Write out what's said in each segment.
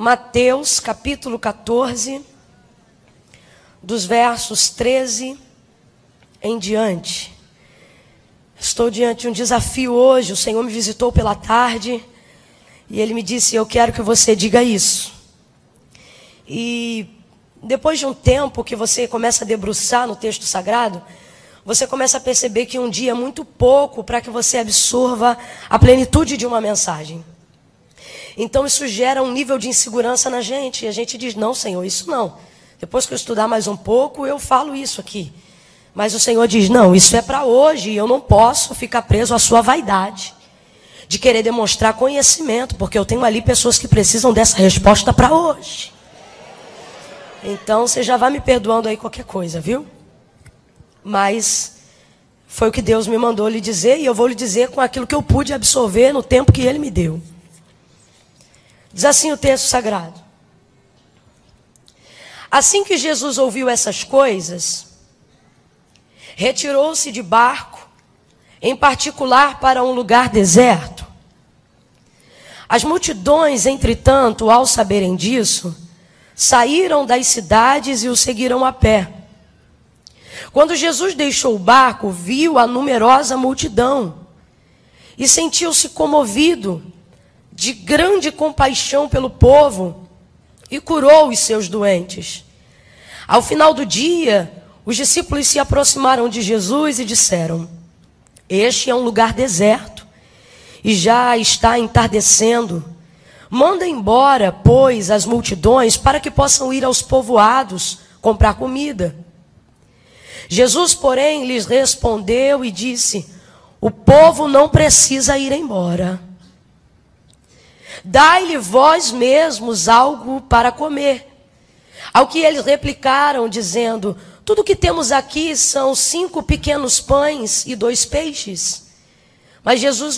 Mateus capítulo 14, dos versos 13 em diante. Estou diante de um desafio hoje. O Senhor me visitou pela tarde e Ele me disse: eu quero que você diga isso. E depois de um tempo que você começa a debruçar no texto sagrado, você começa a perceber que um dia é muito pouco para que você absorva a plenitude de uma mensagem. Então isso gera um nível de insegurança na gente. E a gente diz: não, Senhor, isso não. Depois que eu estudar mais um pouco, eu falo isso aqui. Mas o Senhor diz: não, isso é para hoje. E eu não posso ficar preso à sua vaidade de querer demonstrar conhecimento, porque eu tenho ali pessoas que precisam dessa resposta para hoje. Então você já vai me perdoando aí qualquer coisa, viu? Mas foi o que Deus me mandou lhe dizer, e eu vou lhe dizer com aquilo que eu pude absorver no tempo que Ele me deu. Diz assim o texto sagrado: assim que Jesus ouviu essas coisas, retirou-se de barco, em particular para um lugar deserto. As multidões, entretanto, ao saberem disso, saíram das cidades e o seguiram a pé. Quando Jesus deixou o barco, viu a numerosa multidão e sentiu-se comovido de grande compaixão pelo povo e curou os seus doentes. Ao final do dia, os discípulos se aproximaram de Jesus e disseram: este é um lugar deserto e já está entardecendo. Manda embora, pois, as multidões para que possam ir aos povoados comprar comida. Jesus, porém, lhes respondeu e disse: o povo não precisa ir embora. Dai-lhe vós mesmos algo para comer. Ao que eles replicaram, dizendo: tudo o que temos aqui são 5 pequenos pães e 2 peixes. Mas Jesus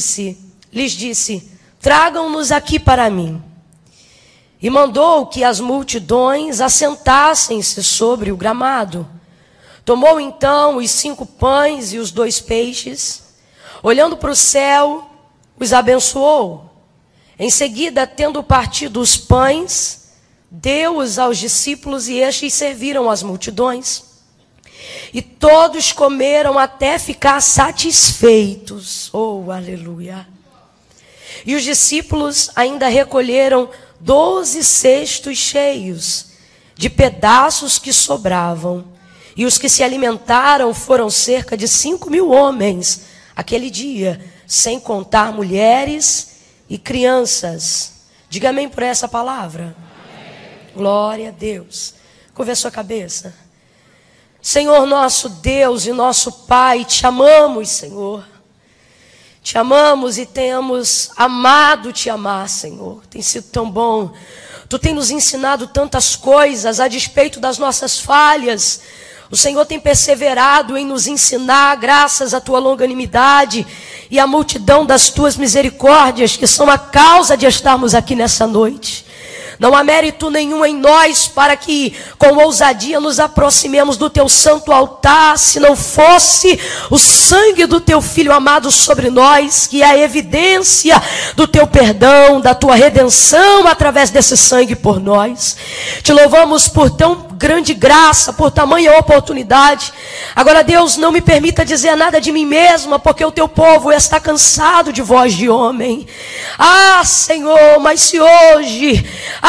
lhes disse: tragam-nos aqui para mim. E mandou que as multidões assentassem-se sobre o gramado. Tomou então os 5 pães e os 2 peixes, olhando para o céu, os abençoou. Em seguida, tendo partido os pães, deu-os aos discípulos e estes serviram as multidões. E todos comeram até ficar satisfeitos. Oh, aleluia! E os discípulos ainda recolheram 12 cestos cheios de pedaços que sobravam. E os que se alimentaram foram cerca de 5.000 homens aquele dia, sem contar mulheres e crianças. Diga amém por essa palavra. Amém. Glória a Deus. Curva a sua cabeça. Senhor nosso Deus e nosso Pai, te amamos, Senhor. Te amamos e temos amado te amar, Senhor. Tem sido tão bom. Tu tem nos ensinado tantas coisas a despeito das nossas falhas. O Senhor tem perseverado em nos ensinar, graças à tua longanimidade e à multidão das tuas misericórdias, que são a causa de estarmos aqui nessa noite. Não há mérito nenhum em nós para que com ousadia nos aproximemos do teu santo altar, se não fosse o sangue do teu Filho amado sobre nós, que é a evidência do teu perdão, da tua redenção através desse sangue por nós. Te louvamos por tão grande graça, por tamanha oportunidade. Agora, Deus, não me permita dizer nada de mim mesma, porque o teu povo está cansado de voz de homem. Ah, Senhor, mas se hoje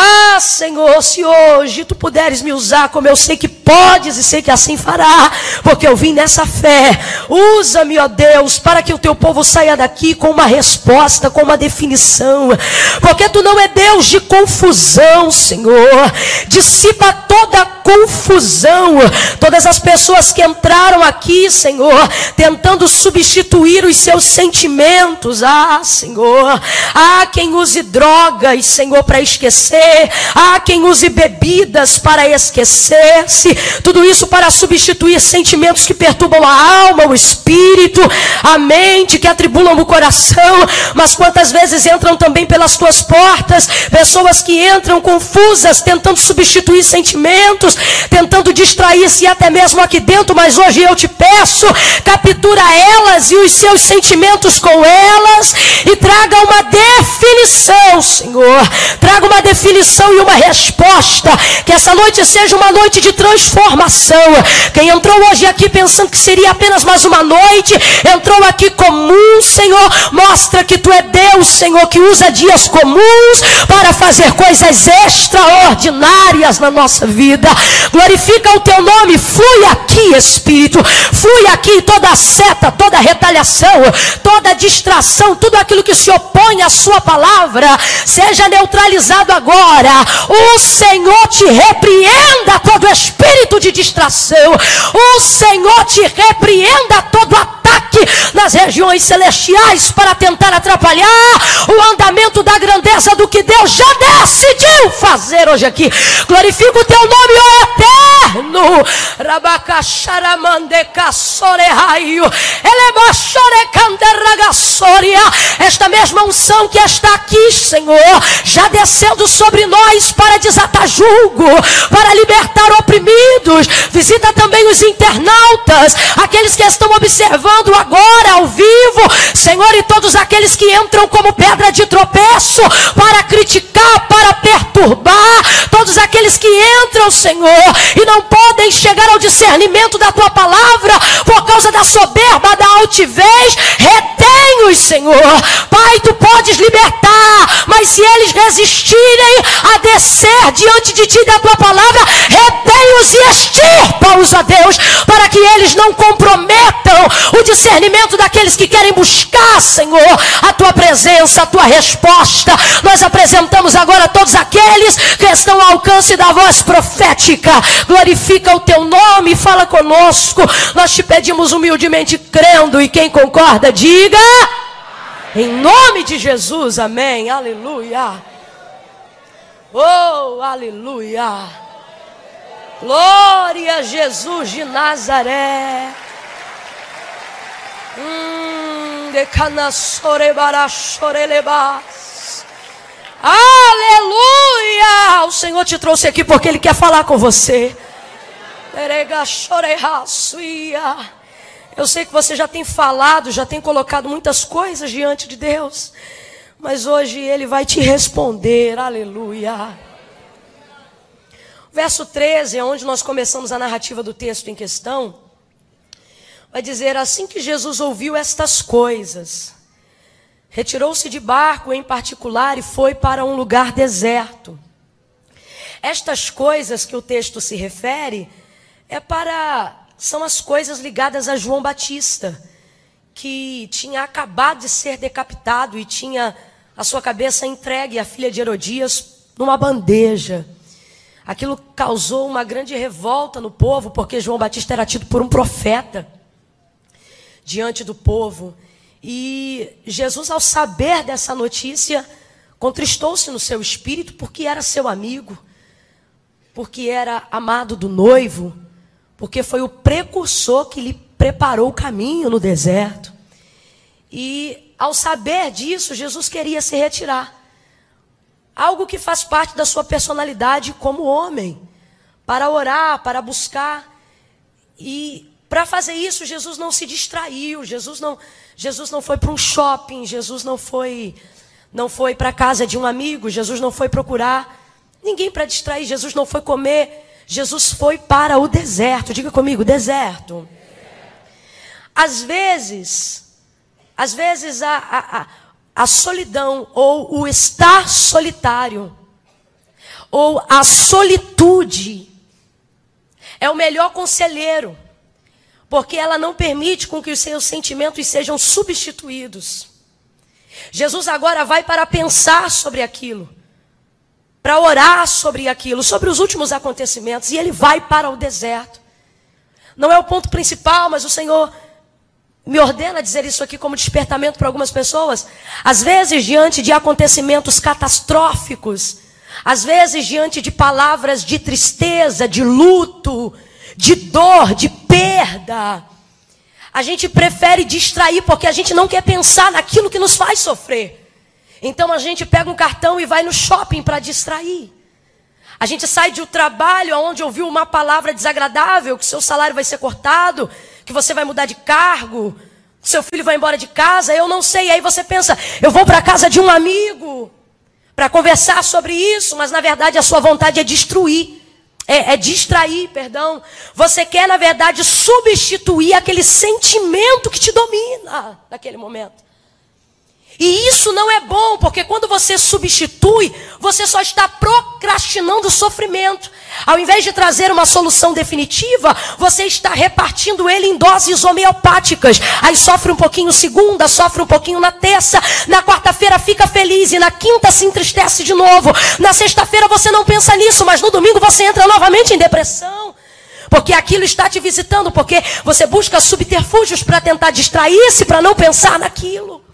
tu puderes me usar como eu sei que podes e sei que assim fará, porque eu vim nessa fé. Usa-me, ó Deus, para que o teu povo saia daqui com uma resposta, com uma definição, porque tu não é Deus de confusão, Senhor. Dissipa toda a confusão. Todas as pessoas que entraram aqui, Senhor, tentando substituir os seus sentimentos. Ah, Senhor, há quem use drogas, Senhor, para esquecer. Há quem use bebidas para esquecer-se. Tudo isso para substituir sentimentos que perturbam a alma, o espírito, a mente, que atribulam o coração. Mas quantas vezes entram também pelas tuas portas pessoas que entram confusas, tentando substituir sentimentos espíritos tentando distrair-se até mesmo aqui dentro, mas hoje eu te peço, captura elas e os seus sentimentos com elas e traga uma definição, Senhor. Traga uma definição e uma resposta, que essa noite seja uma noite de transformação. Quem entrou hoje aqui pensando que seria apenas mais uma noite, entrou aqui comum, Senhor, mostra que Tu é Deus, Senhor, que usa dias comuns para fazer coisas extraordinárias na nossa vida. Glorifica o Teu nome, flui aqui, Espírito, flui aqui toda seta, toda retaliação, toda distração, tudo aquilo que se opõe à Sua palavra, seja neutralizado agora. O Senhor te repreenda todo espírito de distração, o Senhor te repreenda todo ataque nas regiões celestiais para tentar atrapalhar o andamento da grandeza do que Deus já decidiu fazer hoje aqui. Glorifica o Teu nome, ó Eterno. Esta mesma unção que está aqui, Senhor, já descendo sobre nós para desatar julgo, para libertar oprimidos. Visita também os internautas, aqueles que estão observando agora ao vivo, Senhor, e todos aqueles que entram como pedra de tropeço para criticar, para perturbar, todos aqueles que entram, Senhor, e não podem chegar ao discernimento da Tua palavra por causa da soberba, da altivez. Retém-os, Senhor. Pai, Tu podes libertar, mas se eles resistirem a descer diante de Ti da Tua palavra, retém-os e extirpa-os, ó Deus, para que eles não comprometam o discernimento daqueles que querem buscar, Senhor, a Tua presença, a Tua resposta. Nós apresentamos agora todos aqueles que estão ao alcance da voz profética. Glorifica o Teu nome e fala conosco. Nós Te pedimos humildemente, crendo, e quem concorda, diga em nome de Jesus, amém, aleluia. Oh, aleluia. Glória a Jesus de Nazaré. Aleluia. O Senhor te trouxe aqui porque Ele quer falar com você. Eu sei que você já tem falado, já tem colocado muitas coisas diante de Deus, mas hoje Ele vai te responder. Aleluia. Verso 13 é onde nós começamos a narrativa do texto em questão. Vai dizer: assim que Jesus ouviu estas coisas, retirou-se de barco em particular e foi para um lugar deserto. Estas coisas que o texto se refere são as coisas ligadas a João Batista, que tinha acabado de ser decapitado e tinha a sua cabeça entregue à filha de Herodias numa bandeja. Aquilo causou uma grande revolta no povo, porque João Batista era tido por um profeta diante do povo. E Jesus, ao saber dessa notícia, contristou-se no seu espírito, porque era seu amigo, porque era amado do noivo, porque foi o precursor que lhe preparou o caminho no deserto. E ao saber disso, Jesus queria se retirar. Algo que faz parte da sua personalidade como homem, para orar, para buscar. E para fazer isso, Jesus não se distraiu, Jesus não foi para um shopping, Jesus não foi para a casa de um amigo, Jesus não foi procurar ninguém para distrair, Jesus não foi comer, Jesus foi para o deserto. Diga comigo, deserto. Às vezes a solidão, ou o estar solitário, ou a solitude, é o melhor conselheiro, porque ela não permite com que os seus sentimentos sejam substituídos. Jesus agora vai para pensar sobre aquilo, para orar sobre aquilo, sobre os últimos acontecimentos, e ele vai para o deserto. Não é o ponto principal, mas o Senhor me ordena dizer isso aqui como despertamento para algumas pessoas. Às vezes, diante de acontecimentos catastróficos, às vezes, diante de palavras de tristeza, de luto, de dor, de perda, a gente prefere distrair porque a gente não quer pensar naquilo que nos faz sofrer. Então a gente pega um cartão e vai no shopping para distrair. A gente sai de um trabalho onde ouviu uma palavra desagradável, que seu salário vai ser cortado, que você vai mudar de cargo, que seu filho vai embora de casa, eu não sei. E aí você pensa, eu vou para a casa de um amigo para conversar sobre isso, mas na verdade a sua vontade é distrair. Você quer, na verdade, substituir aquele sentimento que te domina naquele momento. E isso não é bom, porque quando você substitui, você só está procrastinando o sofrimento. Ao invés de trazer uma solução definitiva, você está repartindo ele em doses homeopáticas. Aí sofre um pouquinho segunda, sofre um pouquinho na terça, na quarta-feira fica feliz e na quinta se entristece de novo. Na sexta-feira você não pensa nisso, mas no domingo você entra novamente em depressão. Porque aquilo está te visitando, porque você busca subterfúgios para tentar distrair-se, para não pensar naquilo.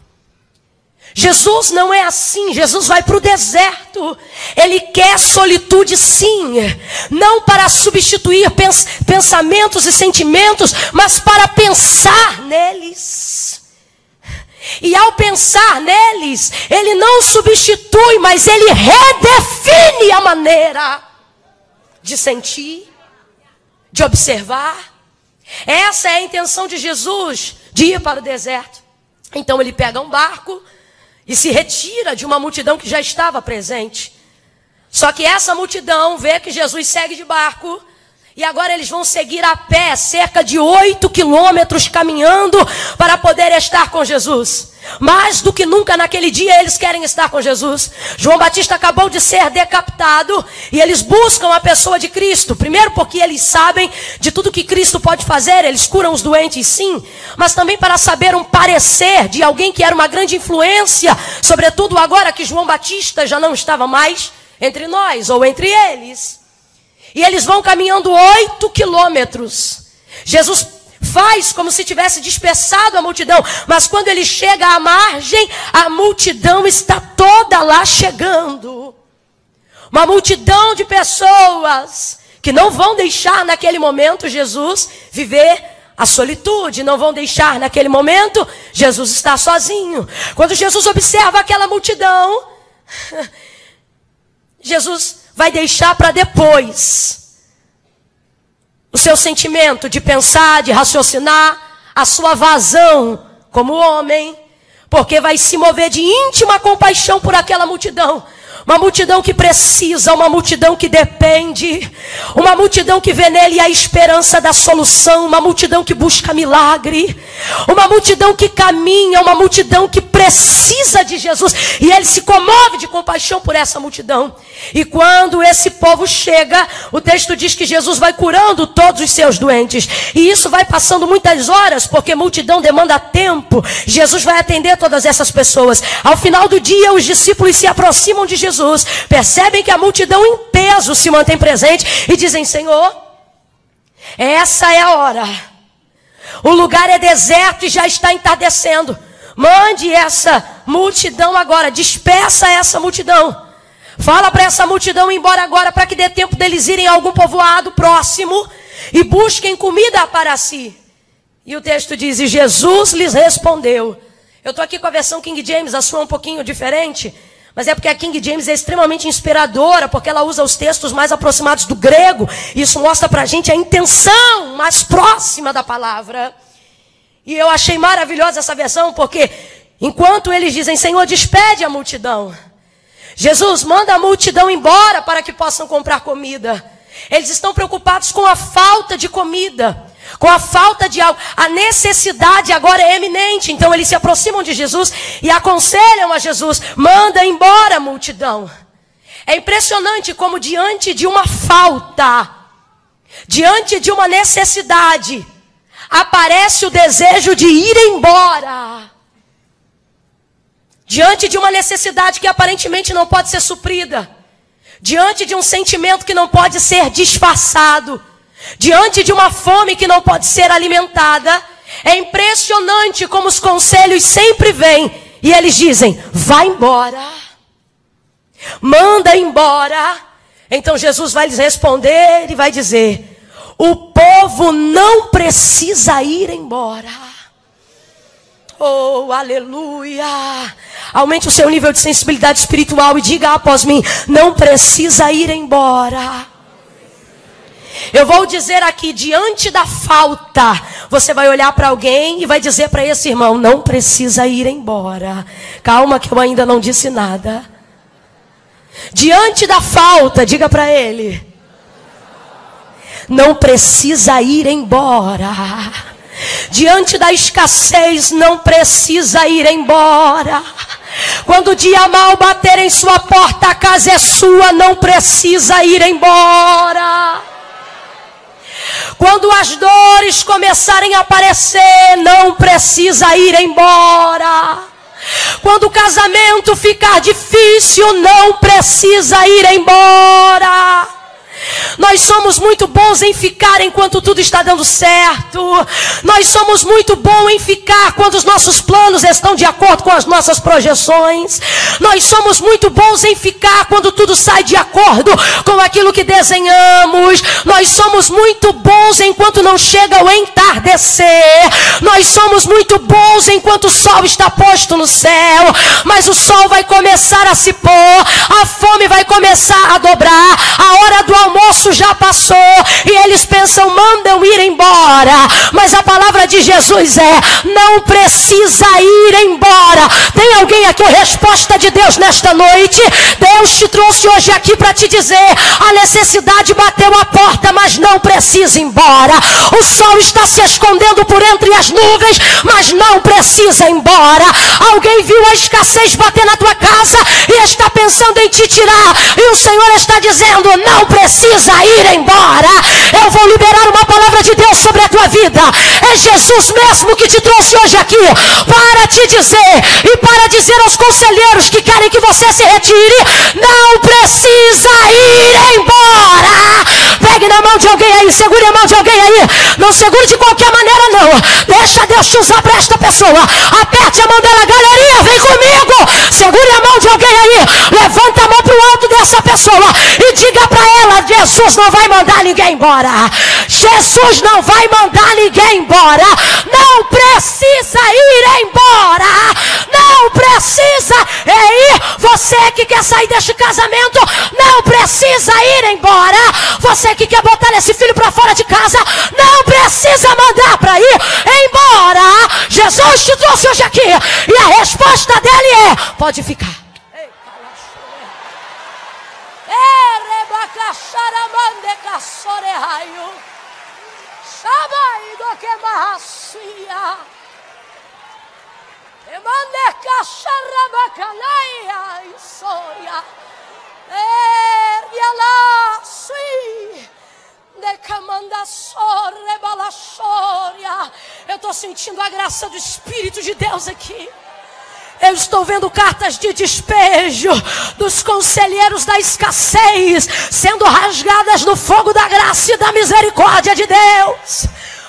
Jesus não é assim. Jesus vai para o deserto. Ele quer solitude, sim. Não para substituir pensamentos e sentimentos, mas para pensar neles. E ao pensar neles, ele não substitui, mas ele redefine a maneira de sentir, de observar. Essa é a intenção de Jesus, de ir para o deserto. Então ele pega um barco e se retira de uma multidão que já estava presente. Só que essa multidão vê que Jesus segue de barco. E agora eles vão seguir a pé, cerca de 8 quilômetros caminhando para poder estar com Jesus. Mais do que nunca naquele dia eles querem estar com Jesus. João Batista acabou de ser decapitado e eles buscam a pessoa de Cristo. Primeiro porque eles sabem de tudo que Cristo pode fazer, eles curam os doentes sim. Mas também para saber um parecer de alguém que era uma grande influência, sobretudo agora que João Batista já não estava mais entre nós ou entre eles. E eles vão caminhando 8 quilômetros. Jesus faz como se tivesse dispersado a multidão. Mas quando ele chega à margem, a multidão está toda lá chegando. Uma multidão de pessoas que não vão deixar naquele momento Jesus viver a solitude. Não vão deixar naquele momento Jesus estar sozinho. Quando Jesus observa aquela multidão, Jesus vai deixar para depois o seu sentimento de pensar, de raciocinar, a sua vazão como homem, porque vai se mover de íntima compaixão por aquela multidão. Uma multidão que precisa, uma multidão que depende, uma multidão que vê nele a esperança da solução, uma multidão que busca milagre, uma multidão que caminha, uma multidão que precisa de Jesus. E ele se comove de compaixão por essa multidão. E quando esse povo chega, o texto diz que Jesus vai curando todos os seus doentes. E isso vai passando muitas horas, porque multidão demanda tempo. Jesus vai atender todas essas pessoas. Ao final do dia, os discípulos se aproximam de Jesus, percebem que a multidão em peso se mantém presente e dizem: Senhor, essa é a hora. O lugar é deserto e já está entardecendo. Mande essa multidão agora, dispersa essa multidão. Fala para essa multidão ir embora agora, para que dê tempo deles irem a algum povoado próximo e busquem comida para si. E o texto diz: e Jesus lhes respondeu. Eu estou aqui com a versão King James, a sua é um pouquinho diferente, mas é porque a King James é extremamente inspiradora, porque ela usa os textos mais aproximados do grego. E isso mostra para a gente a intenção mais próxima da palavra. E eu achei maravilhosa essa versão, porque enquanto eles dizem: Senhor, despede a multidão, Jesus manda a multidão embora para que possam comprar comida. Eles estão preocupados com a falta de comida, com a falta de algo. A necessidade agora é eminente. Então eles se aproximam de Jesus e aconselham a Jesus: manda embora a multidão. É impressionante como diante de uma falta, diante de uma necessidade, aparece o desejo de ir embora. Diante de uma necessidade que aparentemente não pode ser suprida, diante de um sentimento que não pode ser disfarçado, diante de uma fome que não pode ser alimentada, é impressionante como os conselhos sempre vêm e eles dizem: vai embora, manda embora. Então Jesus vai lhes responder e vai dizer: o povo não precisa ir embora. Oh, aleluia! Aumente o seu nível de sensibilidade espiritual e diga após mim: não precisa ir embora. Eu vou dizer aqui, diante da falta, você vai olhar para alguém e vai dizer para esse irmão: não precisa ir embora. Calma que eu ainda não disse nada. Diante da falta, diga para ele: não precisa ir embora. Diante da escassez, não precisa ir embora. Quando o dia mal bater em sua porta, a casa é sua, não precisa ir embora. Quando as dores começarem a aparecer, não precisa ir embora. Quando o casamento ficar difícil, não precisa ir embora. Nós somos muito bons em ficar enquanto tudo está dando certo. Nós somos muito bons em ficar quando os nossos planos estão de acordo com as nossas projeções. Nós somos muito bons em ficar quando tudo sai de acordo com aquilo que desenhamos. Nós somos muito bons enquanto não chega o entardecer. Nós somos muito bons enquanto o sol está posto no céu. Mas o sol vai começar a se pôr, a fome vai começar a dobrar, a hora do almoço já passou e eles pensam: mandam ir embora. Mas a palavra de Jesus é: não precisa ir embora. Tem alguém aqui? A resposta de Deus nesta noite. Deus te trouxe hoje aqui para te dizer: a necessidade bateu a porta, mas não precisa ir embora. O sol está se escondendo por entre as nuvens, mas não precisa ir embora. Alguém viu a escassez bater na tua casa e está pensando em te tirar, e o Senhor está dizendo: não precisa ir embora. Eu vou liberar uma palavra de Deus sobre a tua vida. É Jesus mesmo que te trouxe hoje aqui para te dizer e para dizer aos conselheiros que querem que você se retire: não precisa ir embora. Pegue na mão de alguém aí, segure a mão de alguém aí. Não segure de qualquer maneira não. Deixa Deus te usar para esta pessoa. Aperte a mão dela, galerinha, vem comigo. Segure a mão de alguém aí. Levanta a mão para o alto dessa pessoa e diga para ela: Jesus não vai mandar ninguém embora. Jesus não vai mandar ninguém embora. Não precisa ir embora. Não precisa ir. Você que quer sair deste casamento, não precisa ir embora. Você que quer botar esse filho para fora de casa, não precisa mandar para ir embora. Jesus te trouxe hoje aqui e a resposta dele é: pode ficar. Eu estou sentindo a graça do Espírito de Deus aqui. Eu estou vendo cartas de despejo dos conselheiros da escassez sendo rasgadas no fogo da graça e da misericórdia de Deus.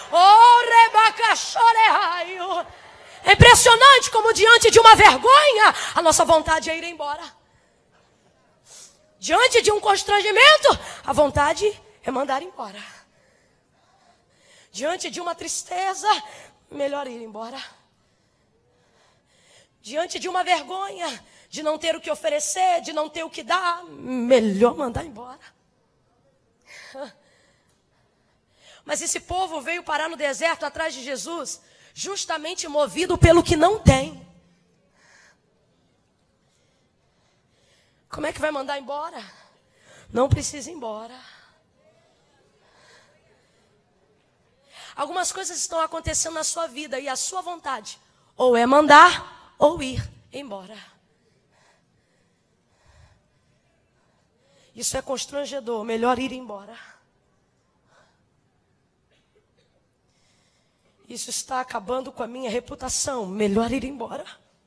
É impressionante como diante de uma vergonha, a nossa vontade é ir embora. Diante de um constrangimento, a vontade é mandar embora. Diante de uma tristeza, melhor ir embora. Diante de uma vergonha, de não ter o que oferecer, de não ter o que dar, melhor mandar embora. Mas esse povo veio parar no deserto atrás de Jesus, justamente movido pelo que não tem. Como é que vai mandar embora? Não precisa ir embora. Algumas coisas estão acontecendo na sua vida e a sua vontade ou é mandar ou ir embora. Isso é constrangedor, melhor ir embora. Isso está acabando com a minha reputação, melhor ir embora.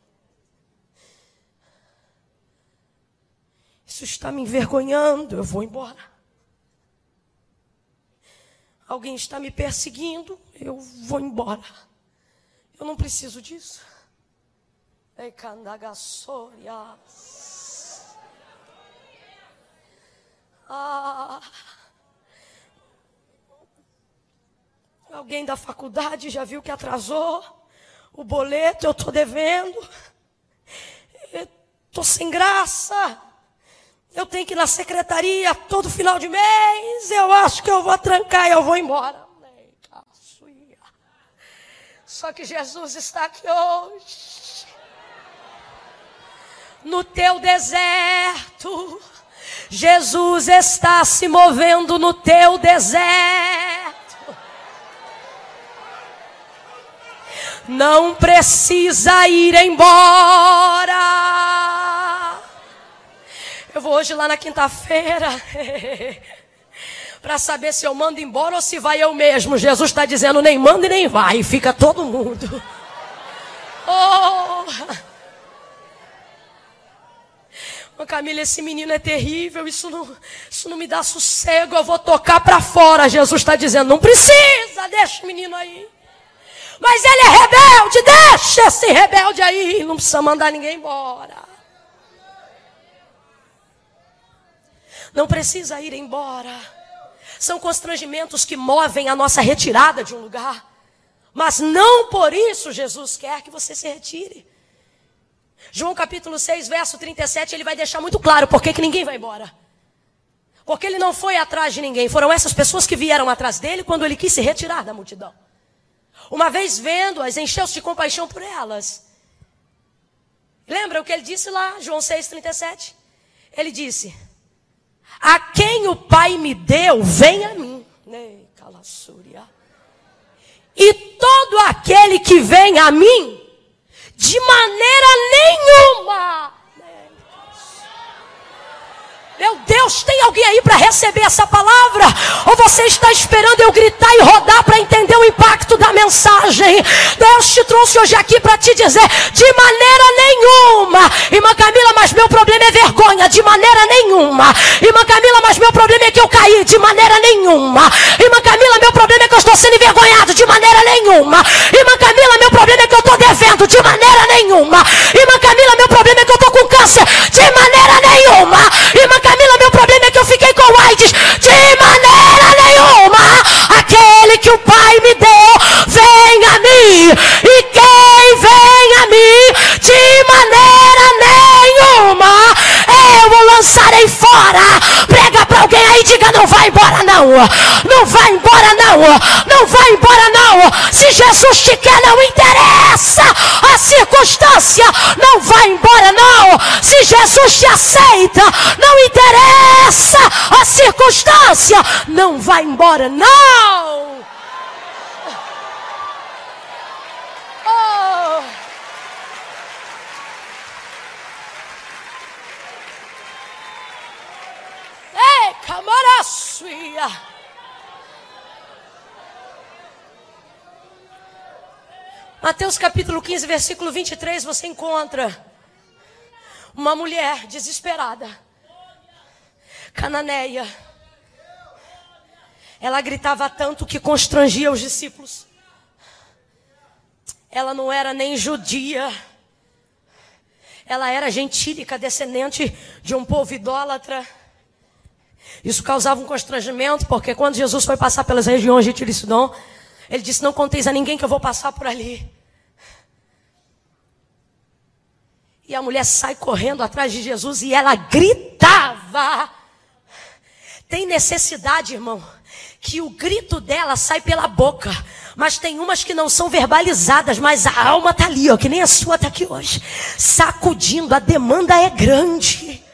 Isso está me envergonhando, eu vou embora. Alguém está me perseguindo, eu vou embora. Eu não preciso disso. Alguém da faculdade já viu que atrasou o boleto, eu estou devendo. Estou sem graça. Eu tenho que ir na secretaria todo final de mês. Eu acho que eu vou trancar e eu vou embora. Só que Jesus está aqui hoje. No teu deserto. Jesus está se movendo no teu deserto. Não precisa ir embora. Eu vou hoje lá na quinta-feira para saber se eu mando embora ou se vai eu mesmo. Jesus está dizendo, nem manda e nem vai. Fica todo mundo. Oh! Camila, esse menino é terrível. Isso não me dá sossego. Eu vou tocar para fora. Jesus está dizendo, não precisa. Deixa o menino aí. Mas ele é rebelde. Deixa esse rebelde aí. Não precisa mandar ninguém embora. Não precisa ir embora. São constrangimentos que movem a nossa retirada de um lugar. Mas não por isso Jesus quer que você se retire. João capítulo 6, verso 37, ele vai deixar muito claro por que ninguém vai embora. Porque ele não foi atrás de ninguém. Foram essas pessoas que vieram atrás dele quando ele quis se retirar da multidão. Uma vez vendo-as, encheu-se de compaixão por elas. Lembra o que ele disse lá, João 6, 37? Ele disse, a quem o Pai me deu, vem a mim. E todo aquele que vem a mim, de maneira nenhuma. Meu Deus, tem alguém aí para receber essa palavra? Ou você está esperando eu gritar e rodar para entender o impacto da mensagem? Deus te trouxe hoje aqui para te dizer, de maneira nenhuma. Irmã Camila, mas meu problema é vergonha. De maneira nenhuma. Irmã Camila, mas meu problema é que eu caí. De maneira nenhuma. Irmã Camila, meu problema é que eu estou sendo envergonhado. De maneira nenhuma. Irmã Camila, meu problema é que eu estou devendo. De maneira nenhuma. Irmã Camila, meu problema é que eu estou com câncer. De maneira nenhuma. Irmã Camila, meu problema é que eu fiquei com AIDS. De maneira nenhuma. Aquele que o Pai me deu, vem a mim. E quem vem a mim, de maneira nenhuma, eu o lançarei fora. Prega para alguém aí e diga, não vai embora não. Não vai embora não. Não vai embora não. Se Jesus te quer, não interessa a circunstância. Não vai embora não. Se Jesus te aceita, não interessa a circunstância. Não vai embora não. Oh. Ei, camaraçuia. Mateus capítulo 15, versículo 23, você encontra uma mulher desesperada, cananeia. Ela gritava tanto que constrangia os discípulos. Ela não era nem judia. Ela era gentílica, descendente de um povo idólatra. Isso causava um constrangimento, porque quando Jesus foi passar pelas regiões de Tiro e Sidom, ele disse, não conteis a ninguém que eu vou passar por ali. E a mulher sai correndo atrás de Jesus e ela gritava. Tem necessidade, irmão, que o grito dela sai pela boca. Mas tem umas que não são verbalizadas, mas a alma está ali, ó, que nem a sua está aqui hoje. Sacudindo, a demanda é grande.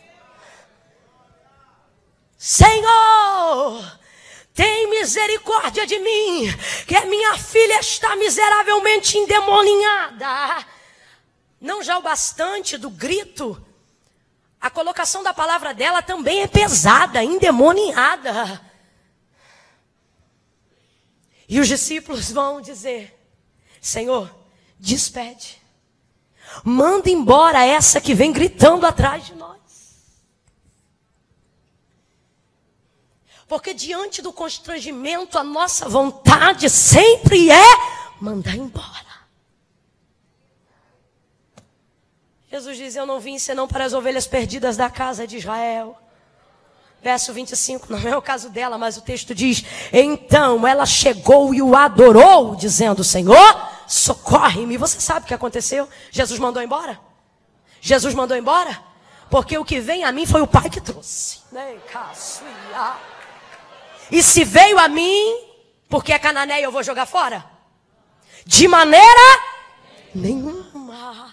Senhor, tem misericórdia de mim, que a minha filha está miseravelmente endemoniada. Não já o bastante do grito, a colocação da palavra dela também é pesada, endemoniada. E os discípulos vão dizer, Senhor, despede. Manda embora essa que vem gritando atrás de nós. Porque diante do constrangimento, a nossa vontade sempre é mandar embora. Jesus diz, eu não vim senão para as ovelhas perdidas da casa de Israel. Verso 25, não é o caso dela, mas o texto diz, então ela chegou e o adorou, dizendo, Senhor, socorre-me. Você sabe o que aconteceu? Jesus mandou embora. Jesus mandou embora? Porque o que vem a mim foi o Pai que trouxe. E se veio a mim, porque é cananeia, eu vou jogar fora? De maneira nenhuma.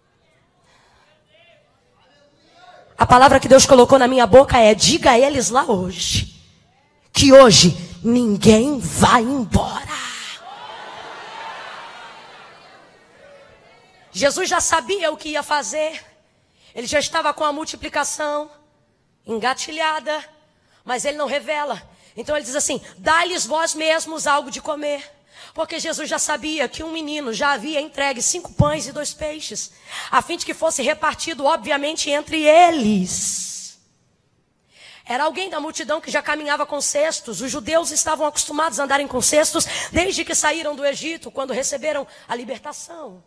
A palavra que Deus colocou na minha boca é: diga a eles lá hoje, que hoje ninguém vai embora. Jesus já sabia o que ia fazer. Ele já estava com a multiplicação engatilhada, mas ele não revela. Então ele diz assim: dai-lhes vós mesmos algo de comer. Porque Jesus já sabia que um menino já havia entregue 5 pães e 2 peixes, a fim de que fosse repartido, obviamente, entre eles. Era alguém da multidão que já caminhava com cestos. Os judeus estavam acostumados a andarem com cestos desde que saíram do Egito, quando receberam a libertação.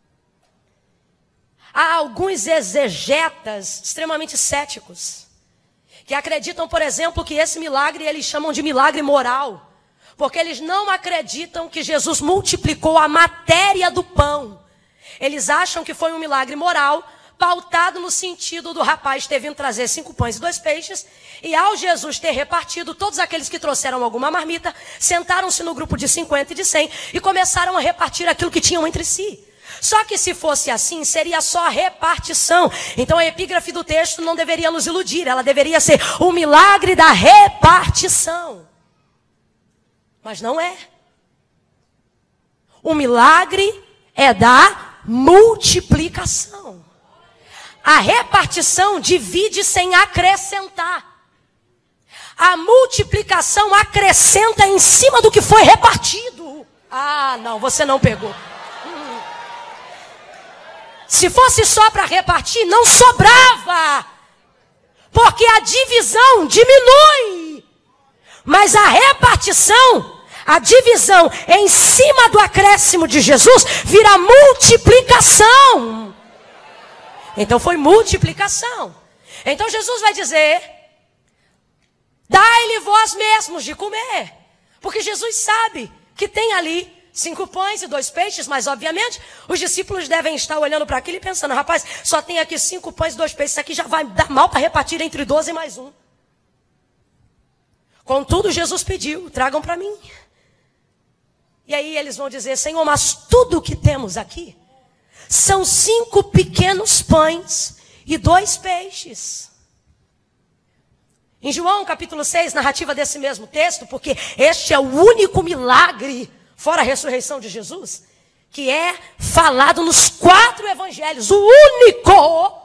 Há alguns exegetas extremamente céticos, que acreditam, por exemplo, que esse milagre eles chamam de milagre moral. Porque eles não acreditam que Jesus multiplicou a matéria do pão. Eles acham que foi um milagre moral, pautado no sentido do rapaz ter vindo trazer 5 pães e 2 peixes, e ao Jesus ter repartido, todos aqueles que trouxeram alguma marmita, sentaram-se no grupo de 50 e de 100 e começaram a repartir aquilo que tinham entre si. Só que se fosse assim, seria só repartição. Então a epígrafe do texto não deveria nos iludir, ela deveria ser o milagre da repartição. Mas não é. O milagre é da multiplicação. A repartição divide sem acrescentar. A multiplicação acrescenta em cima do que foi repartido. Ah, não, você não pegou. Se fosse só para repartir, não sobrava. Porque a divisão diminui. Mas a repartição, a divisão em cima do acréscimo de Jesus, vira multiplicação. Então foi multiplicação. Então Jesus vai dizer: dai-lhe vós mesmos de comer. Porque Jesus sabe que tem ali 5 pães e 2 peixes, mas obviamente os discípulos devem estar olhando para aquilo e pensando: rapaz, só tem aqui 5 pães e 2 peixes, isso aqui já vai dar mal para repartir entre 12 e mais 1. Contudo, Jesus pediu: tragam para mim. E aí eles vão dizer: Senhor, mas tudo o que temos aqui são 5 pequenos pães e 2 peixes. Em João capítulo 6, narrativa desse mesmo texto, porque este é o único milagre, fora a ressurreição de Jesus, que é falado nos 4 evangelhos, o único.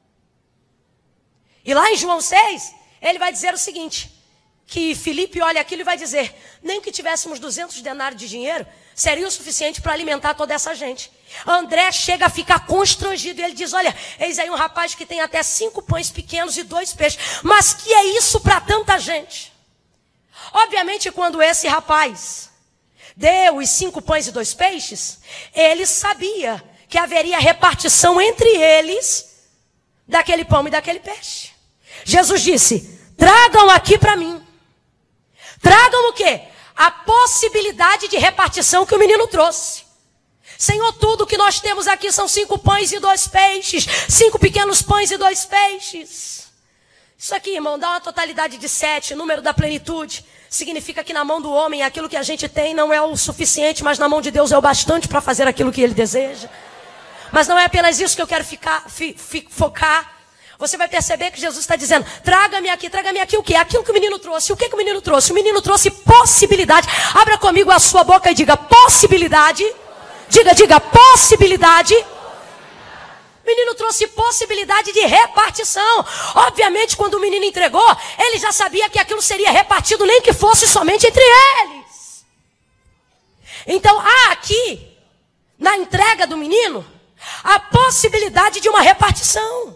E lá em João 6, ele vai dizer o seguinte: que Filipe olha aquilo e vai dizer: nem que tivéssemos 200 denários de dinheiro, seria o suficiente para alimentar toda essa gente. André chega a ficar constrangido e ele diz: olha, eis aí um rapaz que tem até 5 pães pequenos e 2 peixes, mas que é isso para tanta gente? Obviamente, quando esse rapaz deu os 5 pães e 2 peixes, ele sabia que haveria repartição entre eles daquele pão e daquele peixe. Jesus disse: tragam aqui para mim. Tragam o quê? A possibilidade de repartição que o menino trouxe. Senhor, tudo que nós temos aqui são 5 pães e 2 peixes. 5 pequenos pães e 2 peixes. Isso aqui, irmão, dá uma totalidade de 7, número da plenitude. Significa que na mão do homem aquilo que a gente tem não é o suficiente, mas na mão de Deus é o bastante para fazer aquilo que Ele deseja. Mas não é apenas isso que eu quero focar. Você vai perceber que Jesus está dizendo: traga-me aqui o quê? Aquilo que o menino trouxe. O que o menino trouxe? O menino trouxe possibilidade. Abra comigo a sua boca e diga: possibilidade. Diga, possibilidade. O menino trouxe possibilidade de repartição. Obviamente, quando o menino entregou, ele já sabia que aquilo seria repartido, nem que fosse somente entre eles. Então, há aqui, na entrega do menino, a possibilidade de uma repartição.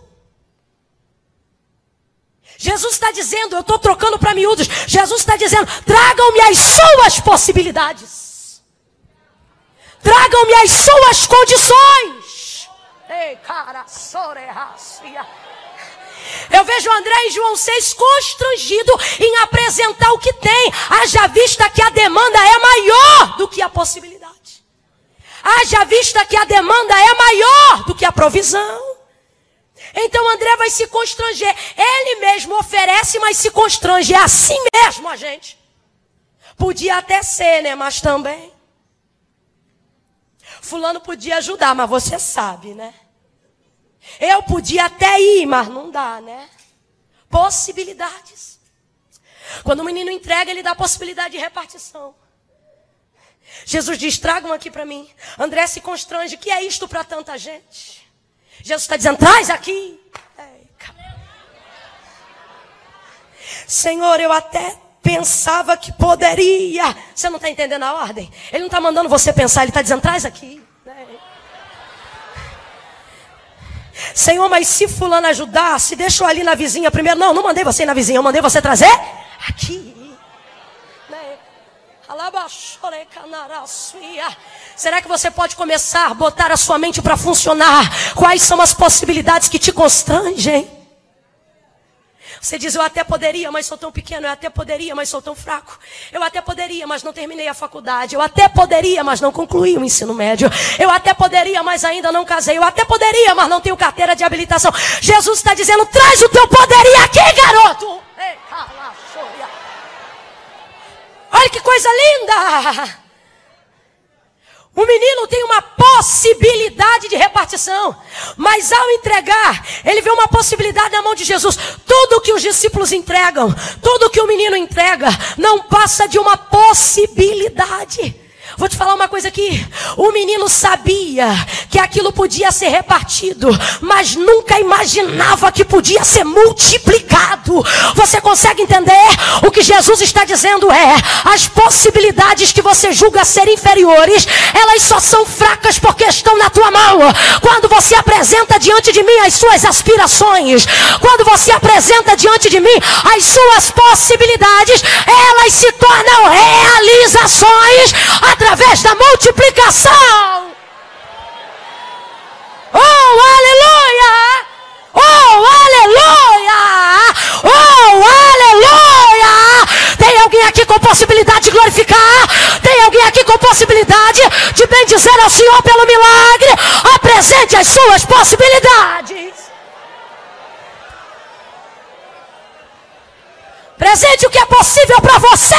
Jesus está dizendo, eu estou trocando para miúdos, Jesus está dizendo: tragam-me as suas possibilidades. Tragam-me as suas condições. Eu vejo André em João 6 constrangido em apresentar o que tem, haja vista que a demanda é maior do que a possibilidade. Haja vista que a demanda é maior do que a provisão. Então André vai se constranger. Ele mesmo oferece, mas se constrange. É assim mesmo a gente. Podia até ser, né? Mas também. Fulano podia ajudar, mas você sabe, né? Eu podia até ir, mas não dá, né? Possibilidades. Quando o menino entrega, ele dá possibilidade de repartição. Jesus diz, tragam aqui para mim. André se constrange, que é isto para tanta gente? Jesus está dizendo, traz aqui. Senhor, eu até pensava que poderia. Você não está entendendo a ordem? Ele não está mandando você pensar, ele está dizendo, traz aqui. Senhor, mas se fulano ajudasse, deixou ali na vizinha primeiro. Não mandei você ir na vizinha, eu mandei você trazer aqui. Será que você pode começar a botar a sua mente para funcionar? Quais são as possibilidades que te constrangem? Você diz, eu até poderia, mas sou tão pequeno. Eu até poderia, mas sou tão fraco. Eu até poderia, mas não terminei a faculdade. Eu até poderia, mas não concluí o ensino médio. Eu até poderia, mas ainda não casei. Eu até poderia, mas não tenho carteira de habilitação. Jesus está dizendo, traz o teu poderia aqui, garoto. Olha que coisa linda. O menino tem uma possibilidade de repartição. Mas ao entregar, ele vê uma possibilidade na mão de Jesus. Tudo que os discípulos entregam, tudo que o menino entrega, não passa de uma possibilidade. Vou te falar uma coisa aqui. O menino sabia que aquilo podia ser repartido, mas nunca imaginava que podia ser multiplicado. Você consegue entender? O que Jesus está dizendo é, as possibilidades que você julga ser inferiores, elas só são fracas porque estão na tua mão. Quando você apresenta diante de mim as suas aspirações, quando você apresenta diante de mim as suas possibilidades, elas se tornam realizações através da multiplicação. Oh, aleluia! Oh, aleluia! Oh, aleluia! Tem alguém aqui com possibilidade de glorificar? Tem alguém aqui com possibilidade de bendizer ao Senhor pelo milagre? Apresente as suas possibilidades. Presente o que é possível para você.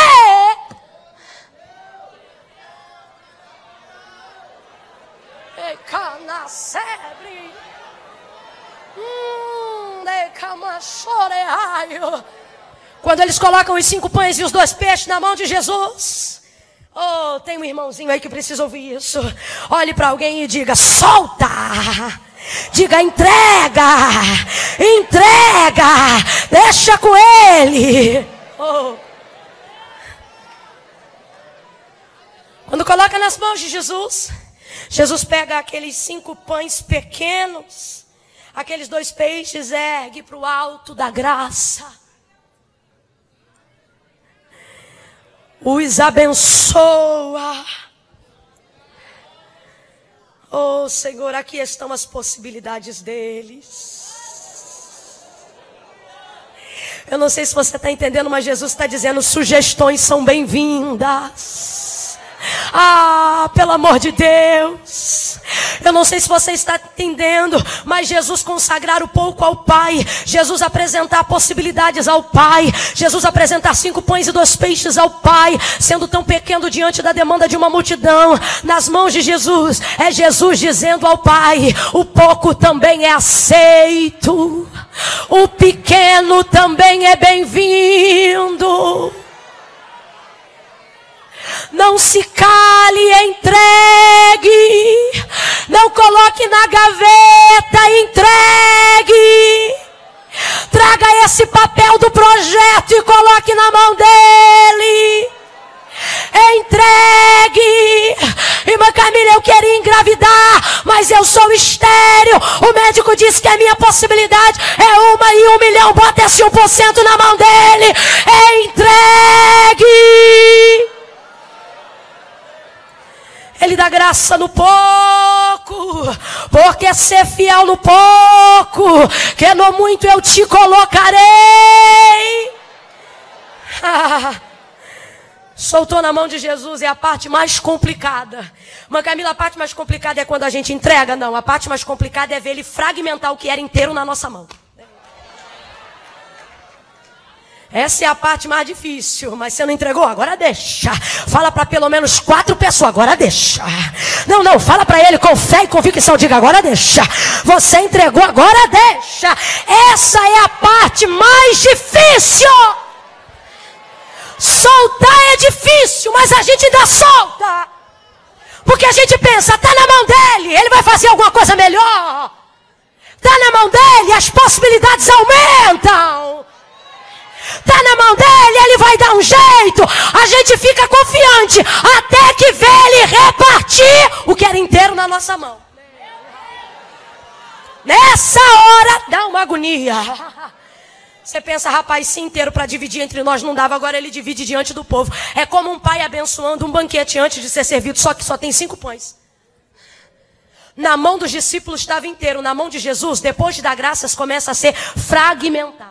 Quando eles colocam os 5 pães e os 2 peixes na mão de Jesus, oh, tem um irmãozinho aí que precisa ouvir isso. Olhe para alguém e diga, solta. Diga, entrega. Entrega. Deixa com ele. Oh. Quando coloca nas mãos de Jesus, Jesus pega aqueles 5 pães pequenos, aqueles 2 peixes, ergue para o alto da graça, os abençoa. Oh Senhor, aqui estão as possibilidades deles. Eu não sei se você está entendendo, mas Jesus está dizendo, sugestões são bem-vindas. Ah, pelo amor de Deus. Eu não sei se você está entendendo, mas Jesus consagrar o pouco ao Pai, Jesus apresentar possibilidades ao Pai, Jesus apresentar 5 pães e 2 peixes ao Pai, sendo tão pequeno diante da demanda de uma multidão, nas mãos de Jesus, é Jesus dizendo ao Pai, o pouco também é aceito, o pequeno também é bem-vindo. Não se cale, entregue. Não coloque na gaveta, entregue. Traga esse papel do projeto e coloque na mão dele. Entregue. Irmã Camila, eu queria engravidar, mas eu sou estéril. O médico disse que a minha possibilidade é 1 em 1 milhão. Bota esse 1% na mão dele. Entregue. Ele dá graça no pouco, porque ser fiel no pouco, que no muito eu te colocarei. Soltou na mão de Jesus, é a parte mais complicada. Mas Camila, a parte mais complicada é quando a gente entrega? Não, a parte mais complicada é ver ele fragmentar o que era inteiro na nossa mão. Essa é a parte mais difícil, mas você não entregou? Agora deixa. Fala para pelo menos 4 pessoas, agora deixa. Não, fala para ele com fé e convicção, diga agora deixa. Você entregou, agora deixa. Essa é a parte mais difícil. Soltar é difícil, mas a gente ainda solta. Porque a gente pensa, está na mão dele, ele vai fazer alguma coisa melhor. Está na mão dele, as possibilidades aumentam. Está na mão dele, ele vai dar um jeito. A gente fica confiante até que vê ele repartir o que era inteiro na nossa mão. Nessa hora dá uma agonia. Você pensa, rapaz, se inteiro para dividir entre nós não dava, agora ele divide diante do povo. É como um pai abençoando um banquete antes de ser servido, só que só tem 5 pães. Na mão dos discípulos estava inteiro, na mão de Jesus, depois de dar graças, começa a ser fragmentado.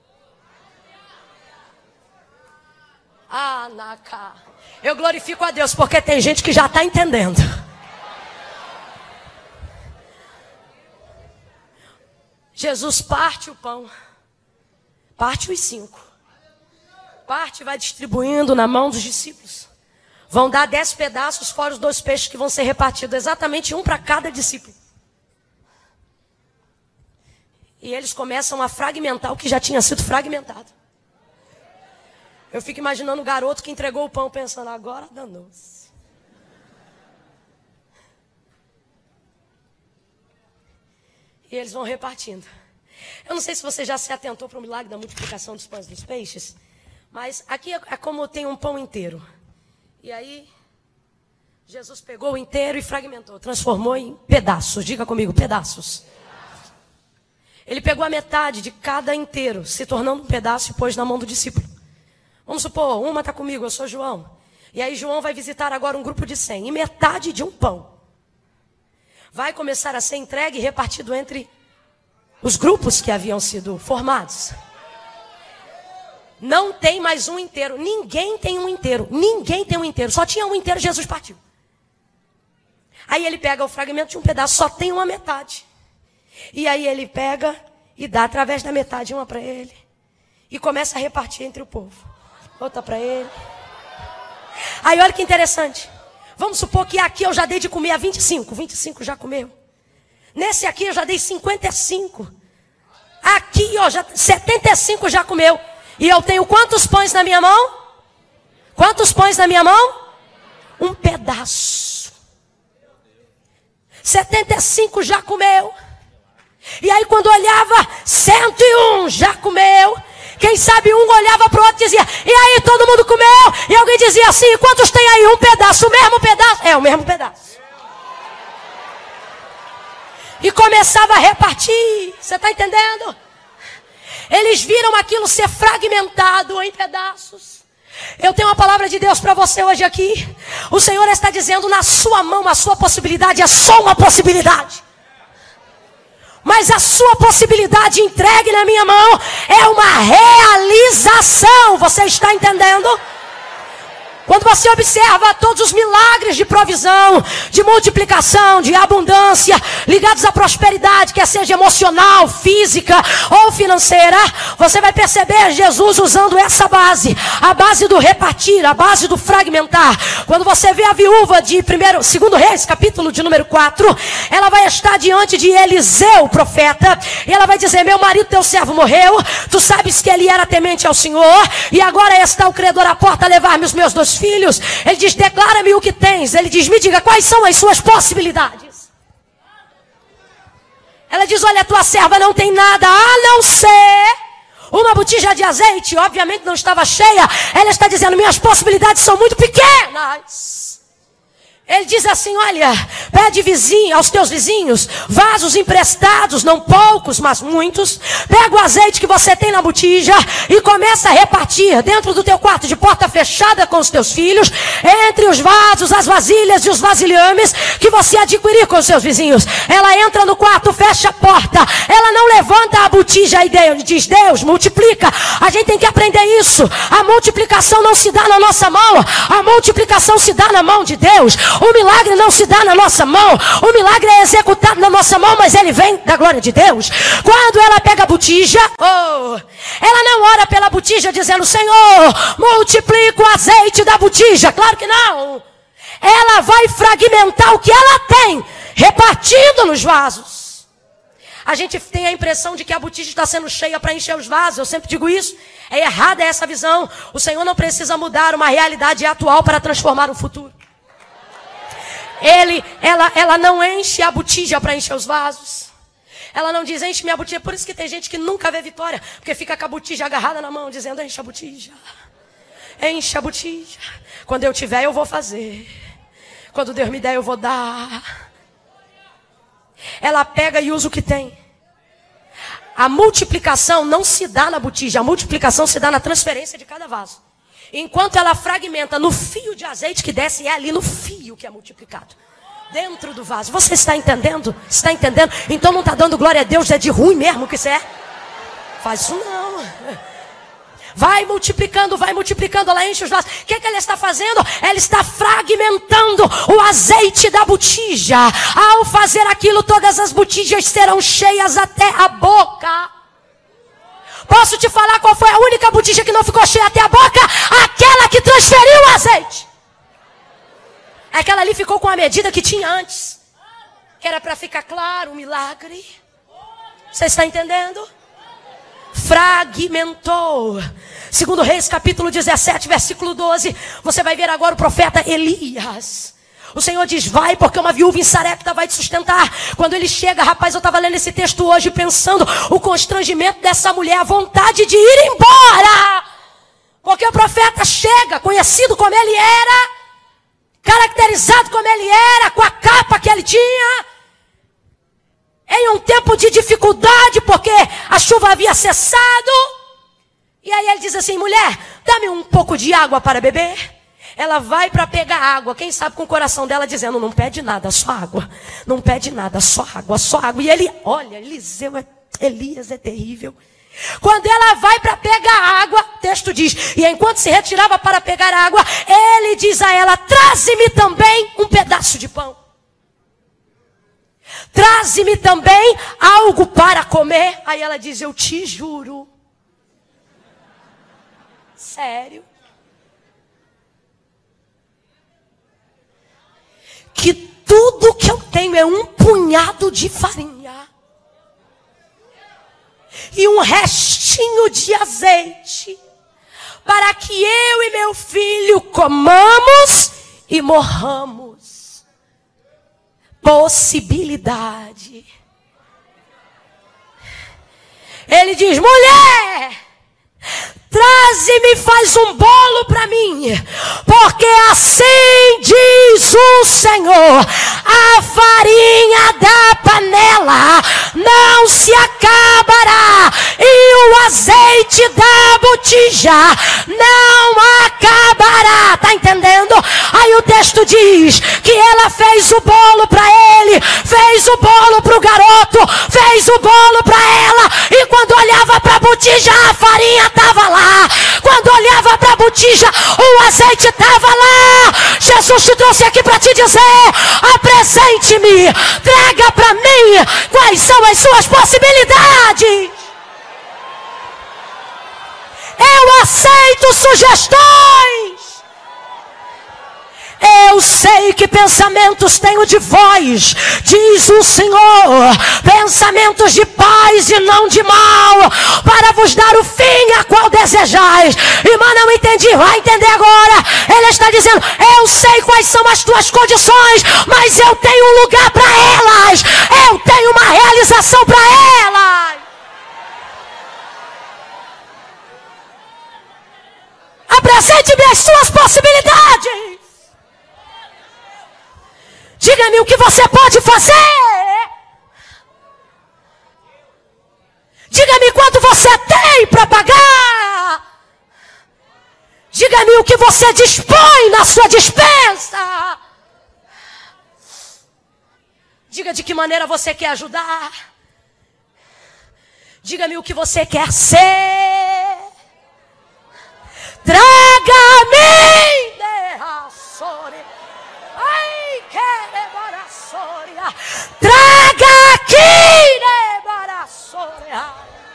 Ah, Naká. Eu glorifico a Deus porque tem gente que já está entendendo. Jesus parte o pão. Parte os 5. Parte e vai distribuindo na mão dos discípulos. Vão dar 10 pedaços fora os 2 peixes que vão ser repartidos. Exatamente um para cada discípulo. E eles começam a fragmentar o que já tinha sido fragmentado. Eu fico imaginando o garoto que entregou o pão pensando, agora danou-se. E eles vão repartindo. Eu não sei se você já se atentou para o milagre da multiplicação dos pães e dos peixes, mas aqui é como tem um pão inteiro. E aí, Jesus pegou o inteiro e fragmentou, transformou em pedaços. Diga comigo, pedaços. Ele pegou a metade de cada inteiro, se tornando um pedaço e pôs na mão do discípulo. Vamos supor, uma está comigo, eu sou João. E aí João vai visitar agora um grupo de 100. E metade de um pão vai começar a ser entregue e repartido entre os grupos que haviam sido formados. Não tem mais um inteiro. Ninguém tem um inteiro. Ninguém tem um inteiro. Só tinha um inteiro, Jesus partiu. Aí ele pega o fragmento de um pedaço, só tem uma metade. E aí ele pega e dá através da metade uma para ele. E começa a repartir entre o povo. Outra para ele. Aí olha que interessante. Vamos supor que aqui eu já dei de comer a 25. 25 já comeu. Nesse aqui eu já dei 55. Aqui, ó, 75 já comeu. E eu tenho quantos pães na minha mão? Quantos pães na minha mão? Um pedaço. 75 já comeu. E aí quando olhava, 101 já comeu. Quem sabe um olhava para o outro e dizia, e aí todo mundo comeu? E alguém dizia assim, quantos tem aí? Um pedaço, o mesmo pedaço? É, o mesmo pedaço. E começava a repartir. Você está entendendo? Eles viram aquilo ser fragmentado em pedaços. Eu tenho uma palavra de Deus para você hoje aqui. O Senhor está dizendo, na sua mão a sua possibilidade é só uma possibilidade. Mas a sua possibilidade entregue na minha mão é uma realização. Você está entendendo? Quando você observa todos os milagres de provisão, de multiplicação, de abundância, ligados à prosperidade, quer seja emocional, física ou financeira, você vai perceber Jesus usando essa base, a base do repartir, a base do fragmentar. Quando você vê a viúva de 2 Reis, capítulo de número 4, ela vai estar diante de Eliseu, o profeta, e ela vai dizer, meu marido, teu servo morreu, tu sabes que ele era temente ao Senhor, e agora está o credor à porta a levar-me os meus 2 filhos. Ele diz, declara-me o que tens. Ele diz, me diga quais são as suas possibilidades. Ela diz, olha, tua serva não tem nada a não ser uma botija de azeite. Obviamente não estava cheia. Ela está dizendo, minhas possibilidades são muito pequenas. Ele diz assim, olha, pede aos teus vizinhos vasos emprestados, não poucos, mas muitos. Pega o azeite que você tem na botija e começa a repartir dentro do teu quarto de porta fechada com os teus filhos, entre os vasos, as vasilhas e os vasilhames que você adquirir com os seus vizinhos. Ela entra no quarto, fecha a porta. Ela não levou levanta a botija e Deus diz, Deus, multiplica. A gente tem que aprender isso. A multiplicação não se dá na nossa mão. A multiplicação se dá na mão de Deus. O milagre não se dá na nossa mão. O milagre é executado na nossa mão, mas ele vem da glória de Deus. Quando ela pega a botija, ela não ora pela botija dizendo, Senhor, multiplica o azeite da botija. Claro que não. Ela vai fragmentar o que ela tem, repartindo nos vasos. A gente tem a impressão de que a botija está sendo cheia para encher os vasos. Eu sempre digo isso. É errada essa visão. O Senhor não precisa mudar uma realidade atual para transformar o futuro. Ela não enche a botija para encher os vasos. Ela não diz, enche minha botija. Por isso que tem gente que nunca vê vitória. Porque fica com a botija agarrada na mão, dizendo, enche a botija. Enche a botija. Quando eu tiver, eu vou fazer. Quando Deus me der, eu vou dar. Ela pega e usa o que tem. A multiplicação não se dá na botija. A multiplicação se dá na transferência de cada vaso. Enquanto ela fragmenta no fio de azeite que desce, é ali no fio que é multiplicado. Dentro do vaso. Você está entendendo? Está entendendo? Então não está dando glória a Deus, é de ruim mesmo que isso é? Faz isso não. Vai multiplicando, ela enche os vasos. O que ela está fazendo? Ela está fragmentando o azeite da botija. Ao fazer aquilo, todas as botijas serão cheias até a boca. Posso te falar qual foi a única botija que não ficou cheia até a boca? Aquela que transferiu o azeite. Aquela ali ficou com a medida que tinha antes. Que era para ficar claro o milagre. Você está entendendo? Fragmentou. Segundo Reis, capítulo 17, versículo 12. Você vai ver agora o profeta Elias. O Senhor diz, vai, porque uma viúva em Sarepta vai te sustentar. Quando ele chega, rapaz, eu estava lendo esse texto hoje, pensando o constrangimento dessa mulher, a vontade de ir embora. Porque o profeta chega, conhecido como ele era, caracterizado como ele era, com a capa que ele tinha, em um tempo de dificuldade, porque a chuva havia cessado. E aí ele diz assim, mulher, dá-me um pouco de água para beber. Ela vai para pegar água, quem sabe com o coração dela dizendo, não pede nada, só água. Não pede nada, só água, só água. E ele, olha, Elias é terrível. Quando ela vai para pegar água, o texto diz, e enquanto se retirava para pegar água, ele diz a ela, traze-me também um pedaço de pão. Traze-me também algo para comer. Aí ela diz, eu te juro. Sério? Que tudo que eu tenho é um punhado de farinha. E um restinho de azeite. Para que eu e meu filho comamos e morramos. Possibilidade. Ele diz, mulher, traze-me, faz um bolo para mim, porque assim diz o Senhor, a farinha da panela não se acabará, e o azeite da botija não acabará. Tá entendendo? Aí o texto diz que ela fez o bolo para ele, fez o bolo para o garoto, fez o bolo para ela, e quando olhava para a botija, a farinha estava lá. Quando olhava para a botija, o azeite estava lá. Jesus te trouxe aqui para te dizer, apresente-me, traga para mim quais são as suas possibilidades. Eu aceito sugestões. Eu sei que pensamentos tenho de vós, diz o Senhor, pensamentos de paz e não de mal, para vos dar o fim a qual desejais. Irmã, não entendi, vai entender agora. Ele está dizendo, eu sei quais são as tuas condições, mas eu tenho um lugar para elas, eu tenho uma realização para elas. Apresente-me as suas possibilidades. Diga-me o que você pode fazer. Diga-me quanto você tem para pagar. Diga-me o que você dispõe na sua despensa. Diga de que maneira você quer ajudar. Diga-me o que você quer ser. Traga-me. Ai, querebarassoria. Traga aqui, nebarassoria.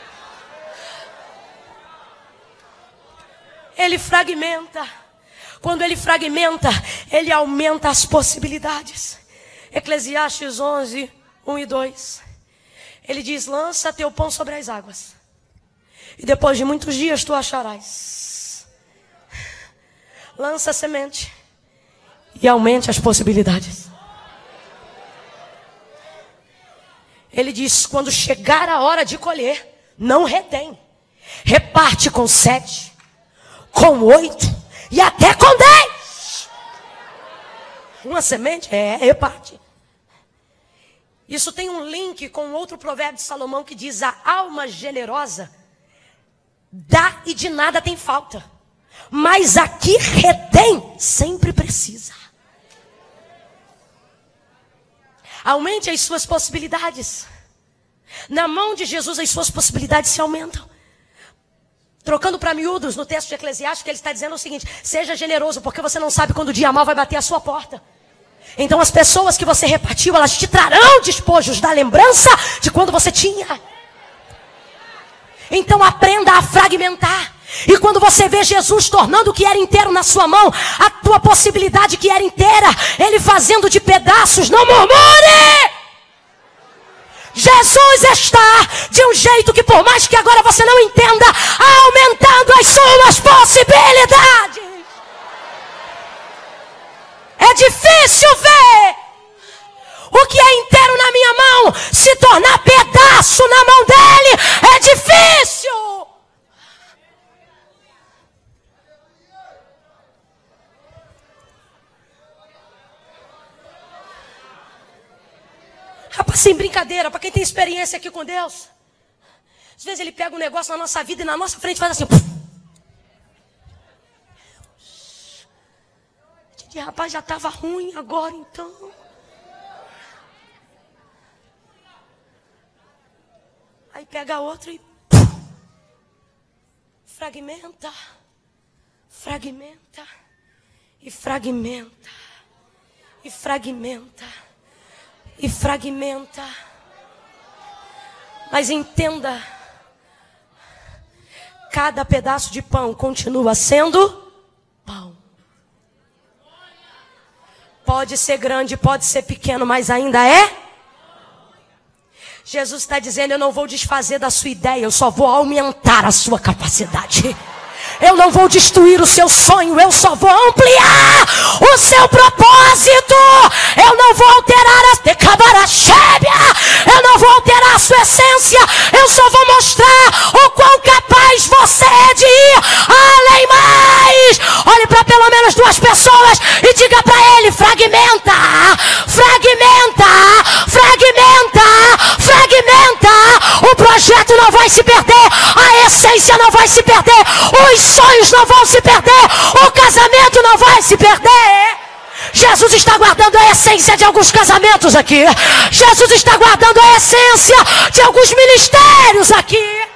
Ele fragmenta. Quando ele fragmenta, ele aumenta as possibilidades. Eclesiastes 11, 1 e 2. Ele diz: lança teu pão sobre as águas, e depois de muitos dias tu acharás. Lança a semente e aumente as possibilidades. Ele diz: quando chegar a hora de colher, não retém. Reparte com 7, com 8 e até com 10. Uma semente? Reparte. Isso tem um link com outro provérbio de Salomão que diz: a alma generosa dá e de nada tem falta, mas a que retém sempre precisa. Aumente as suas possibilidades. Na mão de Jesus as suas possibilidades se aumentam. Trocando para miúdos, no texto de Eclesiastes, que ele está dizendo o seguinte: seja generoso, porque você não sabe quando o dia mal vai bater a sua porta. Então as pessoas que você repartiu, elas te trarão despojos da lembrança de quando você tinha. Então aprenda a fragmentar. E quando você vê Jesus tornando o que era inteiro na sua mão, a tua possibilidade que era inteira, ele fazendo de pedaços, não murmure! Jesus está de um jeito que, por mais que agora você não entenda, aumentando as suas possibilidades. É difícil ver o que é inteiro na minha mão se tornar pedaço na mão dele. É difícil. Rapaz, sem brincadeira, para quem tem experiência aqui com Deus, às vezes ele pega um negócio na nossa vida e na nossa frente faz assim. E rapaz, já estava ruim agora então. Aí pega outro e fragmenta, fragmenta, e fragmenta, e fragmenta, e fragmenta. Mas entenda, cada pedaço de pão continua sendo pão. Pode ser grande, pode ser pequeno, mas ainda é. Jesus está dizendo: eu não vou desfazer da sua ideia, eu só vou aumentar a sua capacidade. Eu não vou destruir o seu sonho, eu só vou ampliar o seu propósito. Eu não vou alterar eu não vou alterar a sua essência. Eu só vou mostrar o quão capaz você é de ir além mais. Olhe para pelo menos 2 pessoas e diga para ele: fragmenta, fragmenta, fragmenta, fragmenta. O projeto não vai se perder, a essência não vai se perder, os sonhos não vão se perder, o casamento não vai se perder. Jesus está guardando a essência de alguns casamentos aqui. Jesus está guardando a essência de alguns ministérios aqui.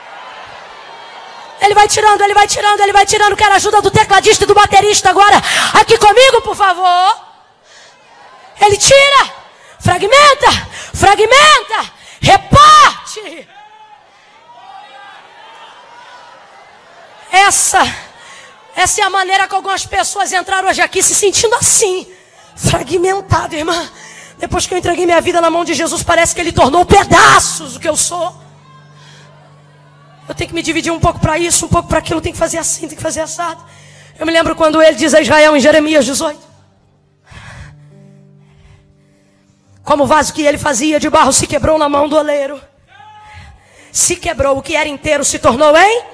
Ele vai tirando, ele vai tirando, ele vai tirando. Quero a ajuda do tecladista e do baterista agora. Aqui comigo, por favor. Ele tira, fragmenta, fragmenta, reparte. Essa é a maneira que algumas pessoas entraram hoje aqui se sentindo assim, fragmentado, irmã. Depois que eu entreguei minha vida na mão de Jesus, parece que ele tornou pedaços o que eu sou. Eu tenho que me dividir um pouco para isso, um pouco para aquilo, tem que fazer assim, tem que fazer assado. Eu me lembro quando ele diz a Israel em Jeremias 18: como o vaso que ele fazia de barro se quebrou na mão do oleiro. Se quebrou, o que era inteiro se tornou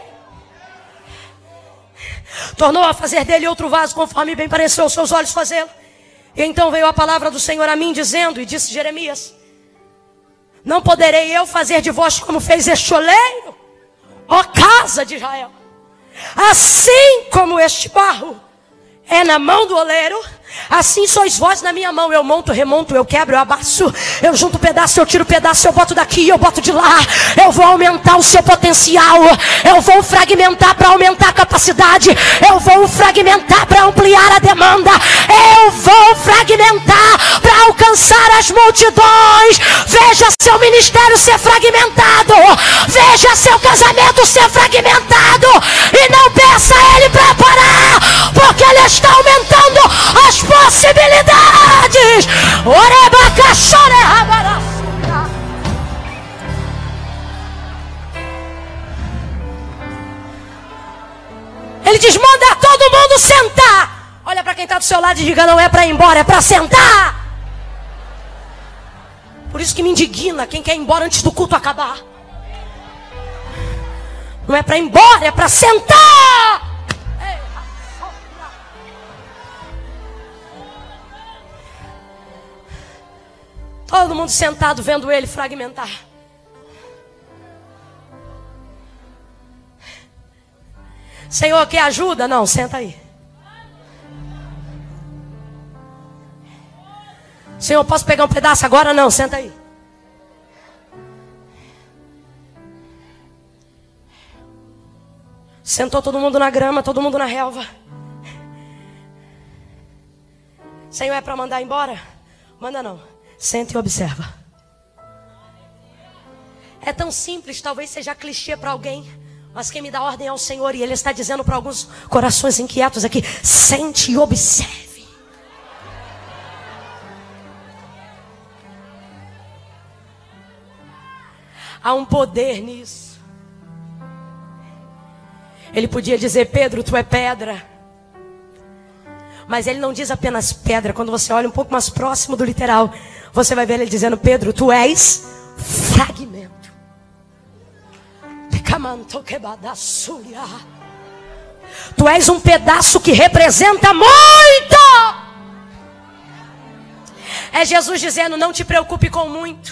tornou a fazer dele outro vaso, conforme bem pareceu aos seus olhos fazê-lo. E então veio a palavra do Senhor a mim, dizendo, e disse Jeremias: não poderei eu fazer de vós como fez este oleiro, ó casa de Israel? Assim como este barro, é na mão do oleiro, assim sois vós na minha mão. Eu monto, remonto, eu quebro, eu abaço, eu junto pedaço, eu tiro pedaço, eu boto daqui, eu boto de lá. Eu vou aumentar o seu potencial, eu vou fragmentar para aumentar a capacidade, eu vou fragmentar para ampliar a demanda, eu vou fragmentar para alcançar as multidões. Veja seu ministério ser fragmentado, veja seu casamento ser fragmentado, e não peça a Ele para parar, porque Ele está aumentando as possibilidades. Ele diz: manda todo mundo sentar. Olha para quem está do seu lado e diga: não é para ir embora, é para sentar. Por isso que me indigna quem quer ir embora antes do culto acabar. Não é para ir embora, é para sentar. Todo mundo sentado vendo ele fragmentar. Senhor, quer ajuda? Não, senta aí. Senhor, posso pegar um pedaço agora? Não, senta aí. Sentou todo mundo na grama, todo mundo na relva. Senhor, é para mandar embora? Manda não. Senta e observa. É tão simples, talvez seja clichê para alguém, mas quem me dá ordem é o Senhor, e Ele está dizendo para alguns corações inquietos aqui: sente e observe. Há um poder nisso. Ele podia dizer: Pedro, tu é pedra. Mas ele não diz apenas pedra. Quando você olha um pouco mais próximo do literal, você vai ver ele dizendo: Pedro, tu és fragmento. Tu és um pedaço que representa muito. É Jesus dizendo: não te preocupe com muito.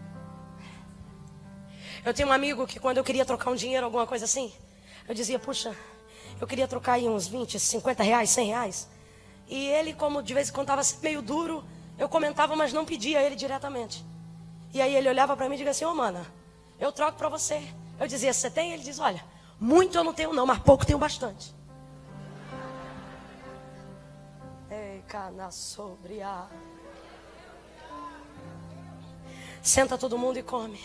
Eu tenho um amigo que quando eu queria trocar um dinheiro, alguma coisa assim, eu dizia: puxa, eu queria trocar aí uns 20, 50 reais, 100 reais. E ele, como de vez em quando estava meio duro, eu comentava, mas não pedia a ele diretamente. E aí ele olhava para mim e dizia assim: ô mana, eu troco para você. Eu dizia: você tem? Ele diz: olha, muito eu não tenho não, mas pouco tenho bastante. Ei, cana sobre a... Senta todo mundo e come.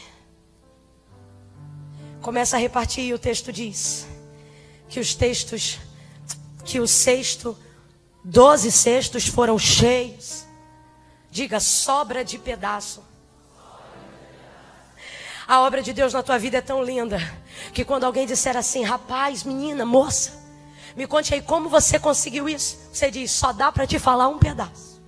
Começa a repartir, e o texto diz que o cesto, 12 cestos foram cheios. Diga: sobra de pedaço. A obra de Deus na tua vida é tão linda que quando alguém disser assim: rapaz, menina, moça, me conte aí como você conseguiu isso, você diz: só dá para te falar um pedaço.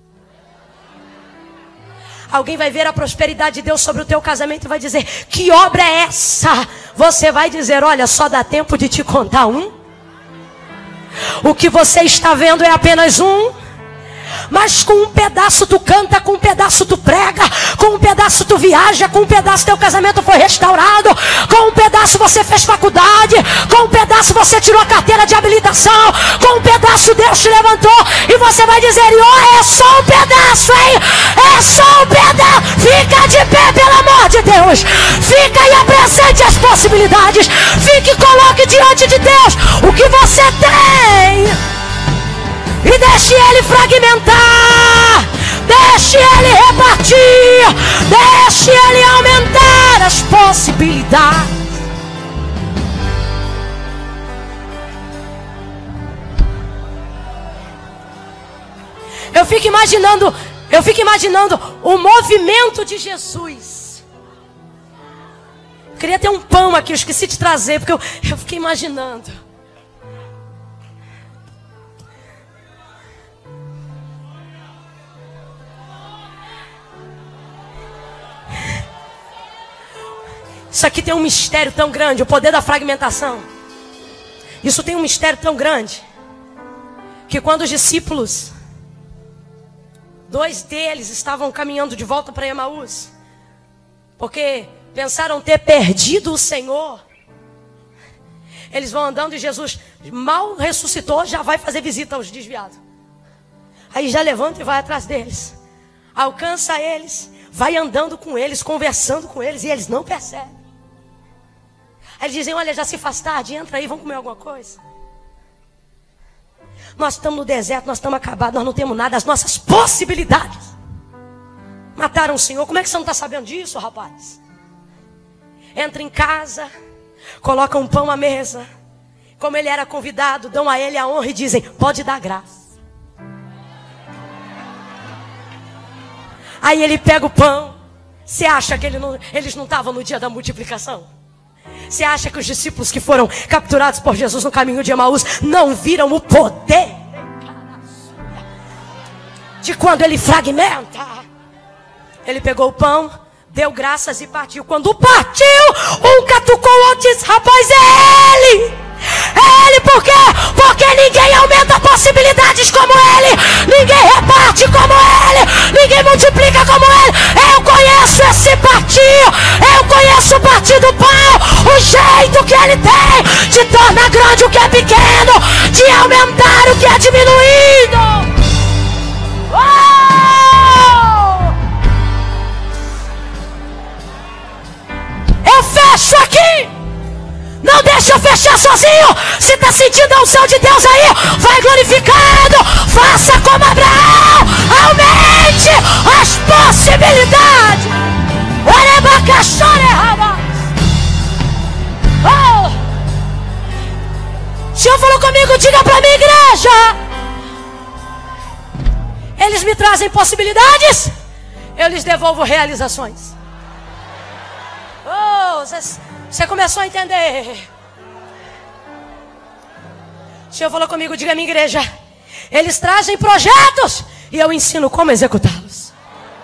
Alguém vai ver a prosperidade de Deus sobre o teu casamento e vai dizer: que obra é essa? Você vai dizer: olha, só dá tempo de te contar um. O que você está vendo é apenas um. Mas com um pedaço tu canta, com um pedaço tu prega, com um pedaço tu viaja, com um pedaço teu casamento foi restaurado, com um pedaço você fez faculdade, com um pedaço você tirou a carteira de habilitação, com um pedaço Deus te levantou, e você vai dizer: oh, é só um pedaço, hein? É só um pedaço. Fica de pé, pelo amor de Deus. Fica e apresente as possibilidades. Fique e coloque diante de Deus o que você tem. E deixe Ele fragmentar, deixe Ele repartir, deixe Ele aumentar as possibilidades. Eu fico imaginando o movimento de Jesus. Eu queria ter um pão aqui, eu esqueci de trazer, porque eu fiquei imaginando. Isso aqui tem um mistério tão grande, o poder da fragmentação. Isso tem um mistério tão grande, que quando os discípulos, 2 deles estavam caminhando de volta para Emaús, porque pensaram ter perdido o Senhor, eles vão andando e Jesus mal ressuscitou, já vai fazer visita aos desviados. Aí já levanta e vai atrás deles. Alcança eles, vai andando com eles, conversando com eles, e eles não percebem. Aí eles dizem, olha, já se faz tarde, entra aí, vamos comer alguma coisa. Nós estamos no deserto, nós estamos acabados, nós não temos nada, as nossas possibilidades mataram o Senhor. Como é que você não está sabendo disso, rapaz? Entra em casa, coloca um pão à mesa. Como ele era convidado, dão a ele a honra e dizem, pode dar graça. Aí ele pega o pão. Você acha que eles não estavam no dia da multiplicação? Você acha que os discípulos que foram capturados por Jesus no caminho de Emaús não viram o poder de quando ele fragmenta? Ele pegou o pão, deu graças e partiu. Quando partiu, um catucou o outro e disse, rapaz, é ele! É ele, por quê? Porque ninguém aumenta possibilidades como ele, ninguém reparte como ele, ninguém multiplica como ele. Eu conheço esse partido, eu conheço o partido do pão, o jeito que ele tem de tornar grande o que é pequeno, de aumentar o que é diminuído. Eu fecho aqui. Não deixa eu fechar sozinho. Se está sentindo a unção de Deus aí, vai glorificando. Faça como Abraão. Aumente as possibilidades. O Senhor falou comigo, diga para minha igreja. Eles me trazem possibilidades, eu lhes devolvo realizações. Você começou a entender. O Senhor falou comigo, diga à minha igreja, eles trazem projetos e eu ensino como executá-los.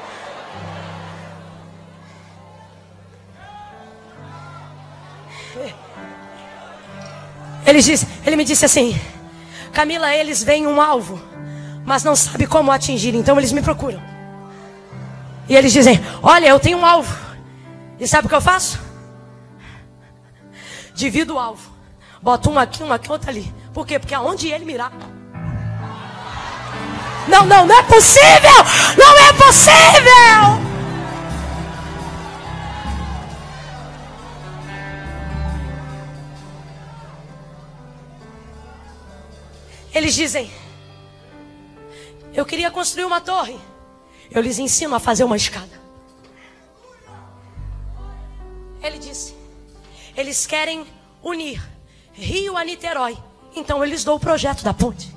Ele me disse assim, Camila, eles veem um alvo, mas não sabem como atingir, então eles me procuram. E eles dizem, olha, eu tenho um alvo. E sabe o que eu faço? Divido o alvo. Boto um aqui, outro ali. Por quê? Porque aonde ele mirar. Não é possível! Não é possível! Eles dizem, eu queria construir uma torre. Eu lhes ensino a fazer uma escada. Ele disse, eles querem unir Rio a Niterói. Então eu lhes dou o projeto da ponte.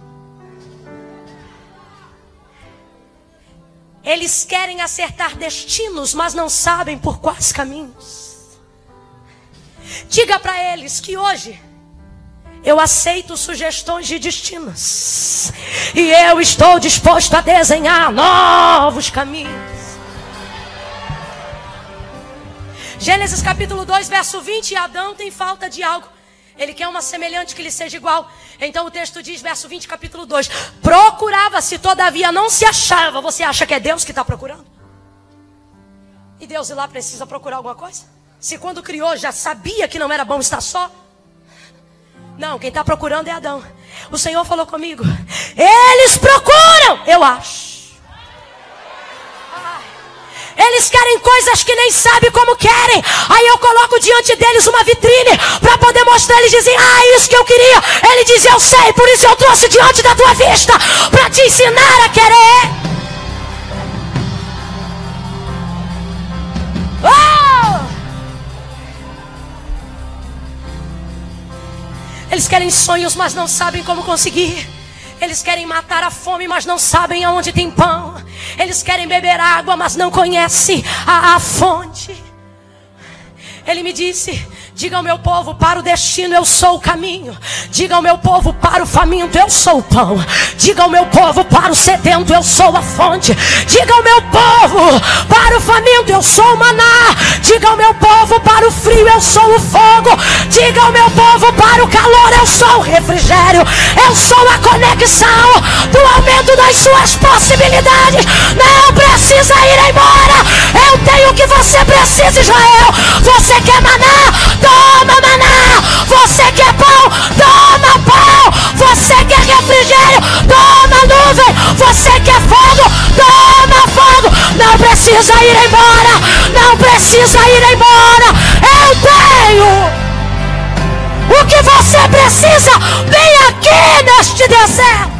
Eles querem acertar destinos, mas não sabem por quais caminhos. Diga para eles que hoje eu aceito sugestões de destinos. E eu estou disposto a desenhar novos caminhos. Gênesis capítulo 2, verso 20. Adão tem falta de algo. Ele quer uma semelhante que lhe seja igual. Então o texto diz, verso 20, capítulo 2. Procurava-se, todavia não se achava. Você acha que é Deus que está procurando? E Deus lá precisa procurar alguma coisa? Se quando criou já sabia que não era bom estar só? Não, quem está procurando é Adão. O Senhor falou comigo, eles procuram, eu acho. Eles querem coisas que nem sabem como querem. Aí eu coloco diante deles uma vitrine para poder mostrar. Eles dizem, isso que eu queria. Ele diz, eu sei, por isso eu trouxe diante da tua vista, para te ensinar a querer. Eles querem sonhos, mas não sabem como conseguir. Eles querem matar a fome, mas não sabem aonde tem pão. Eles querem beber água, mas não conhecem a fonte. Ele me disse, diga ao meu povo, para o destino eu sou o caminho. Diga ao meu povo, para o faminto eu sou o pão. Diga ao meu povo, para o sedento eu sou a fonte. Diga ao meu povo, para o faminto eu sou o maná. Diga ao meu povo, para o frio eu sou o fogo. Diga ao meu povo, para o calor eu sou o refrigério. Eu sou a conexão do aumento das suas possibilidades. Não precisa ir embora. Eu tenho o que você precisa, Israel. Você quer maná? Toma maná. Você quer pão? Toma pão. Você quer refrigério? Toma nuvem. você quer fogo, toma fogo. Não precisa ir embora, não precisa ir embora. Eu tenho o que você precisa. Vem aqui neste deserto.